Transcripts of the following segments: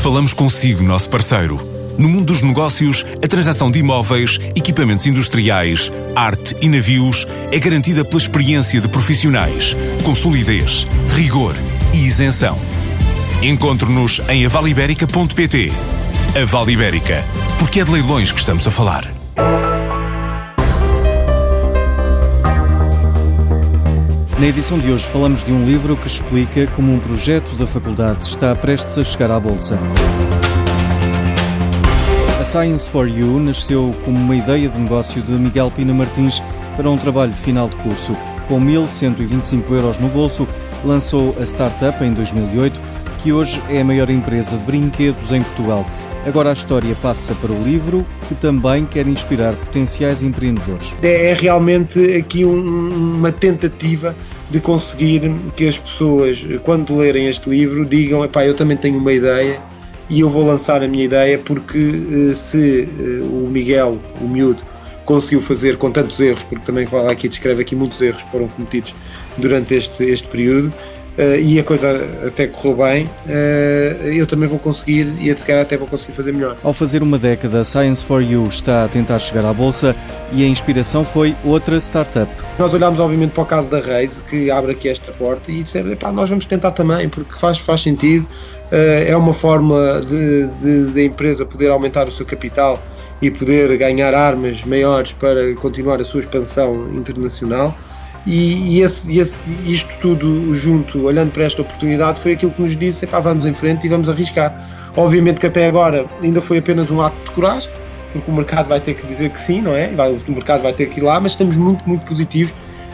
Falamos consigo, nosso parceiro. No mundo dos negócios, a transação de imóveis, equipamentos industriais, arte e navios é garantida pela experiência de profissionais, com solidez, rigor e isenção. Encontre-nos em avaliberica.pt. A Vale Ibérica, porque é de leilões que estamos a falar. Na edição de hoje falamos de um livro que explica como um projeto da faculdade está prestes a chegar à Bolsa. A Science for You nasceu como uma ideia de negócio de Miguel Pina Martins para um trabalho de final de curso. Com 1.125 € no bolso, lançou a startup em 2008, que hoje é a maior empresa de brinquedos em Portugal. Agora a história passa para o livro, que também quer inspirar potenciais empreendedores. É realmente aqui uma tentativa de conseguir que as pessoas, quando lerem este livro, digam: epá, eu também tenho uma ideia e eu vou lançar a minha ideia, porque se o Miguel, o miúdo, conseguiu fazer com tantos erros, porque também fala aqui, descreve aqui muitos erros que foram cometidos durante este período, e a coisa até correu bem, eu também vou conseguir, e se calhar até vou conseguir fazer melhor. Ao fazer uma década, Science for You está a tentar chegar à Bolsa e a inspiração foi outra startup. Nós olhámos obviamente para o caso da Raise, que abre aqui esta porta, e disseram: epá, nós vamos tentar também, porque faz sentido, é uma forma de a empresa poder aumentar o seu capital e poder ganhar armas maiores para continuar a sua expansão internacional. E isto tudo junto, olhando para esta oportunidade, foi aquilo que nos disse: epá, vamos em frente e vamos arriscar. Obviamente que até agora ainda foi apenas um ato de coragem, porque o mercado vai ter que dizer que sim, não é? O mercado vai ter que ir lá, mas estamos muito, muito positivos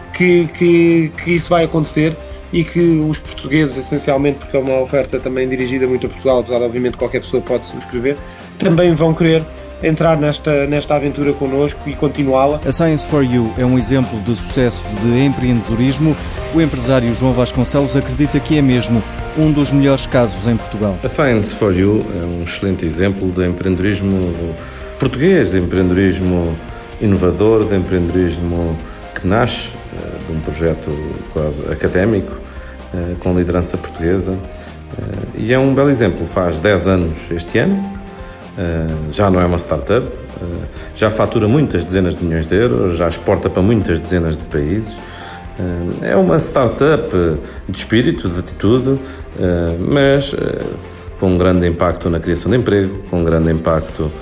que isso vai acontecer e que os portugueses, essencialmente, porque é uma oferta também dirigida muito a Portugal, apesar de obviamente qualquer pessoa pode subscrever, também vão querer entrar nesta aventura connosco e continuá-la. A Science for You é um exemplo de sucesso de empreendedorismo. O empresário João Vasconcelos acredita que é mesmo um dos melhores casos em Portugal. A Science for You é um excelente exemplo de empreendedorismo português, de empreendedorismo inovador, de empreendedorismo que nasce de um projeto quase académico, com liderança portuguesa, e é um belo exemplo. Faz 10 anos este ano. Já não é uma startup, já fatura muitas dezenas de milhões de euros, já exporta para muitas dezenas de países. É uma startup de espírito, de atitude, mas com um grande impacto na criação de emprego, com um grande impacto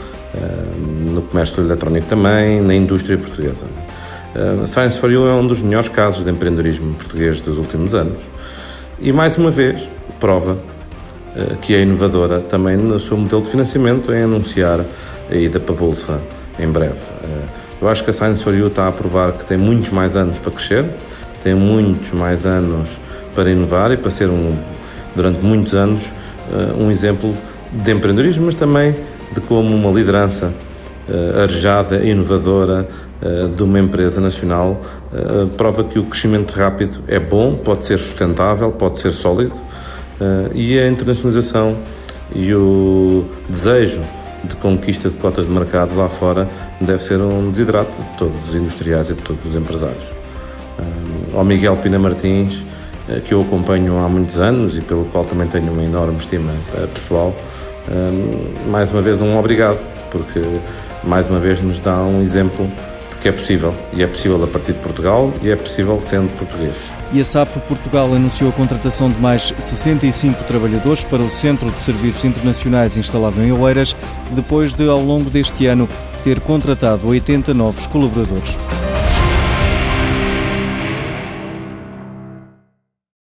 no comércio eletrónico também, na indústria portuguesa. Science for You é um dos melhores casos de empreendedorismo português dos últimos anos e, mais uma vez, prova que é inovadora também no seu modelo de financiamento, em anunciar a ida para a Bolsa em breve. Eu acho que a Science for You está a provar que tem muitos mais anos para crescer, tem muitos mais anos para inovar e para ser, durante muitos anos, um exemplo de empreendedorismo, mas também de como uma liderança arejada, inovadora de uma empresa nacional prova que o crescimento rápido é bom, pode ser sustentável, pode ser sólido, e a internacionalização e o desejo de conquista de cotas de mercado lá fora deve ser um desidrato de todos os industriais e de todos os empresários. Ao Miguel Pina Martins, que eu acompanho há muitos anos e pelo qual também tenho uma enorme estima pessoal, mais uma vez um obrigado, porque mais uma vez nos dá um exemplo de que é possível, e é possível a partir de Portugal, e é possível sendo português. E a SAP Portugal anunciou a contratação de mais 65 trabalhadores para o Centro de Serviços Internacionais instalado em Oeiras, depois de, ao longo deste ano, ter contratado 80 novos colaboradores.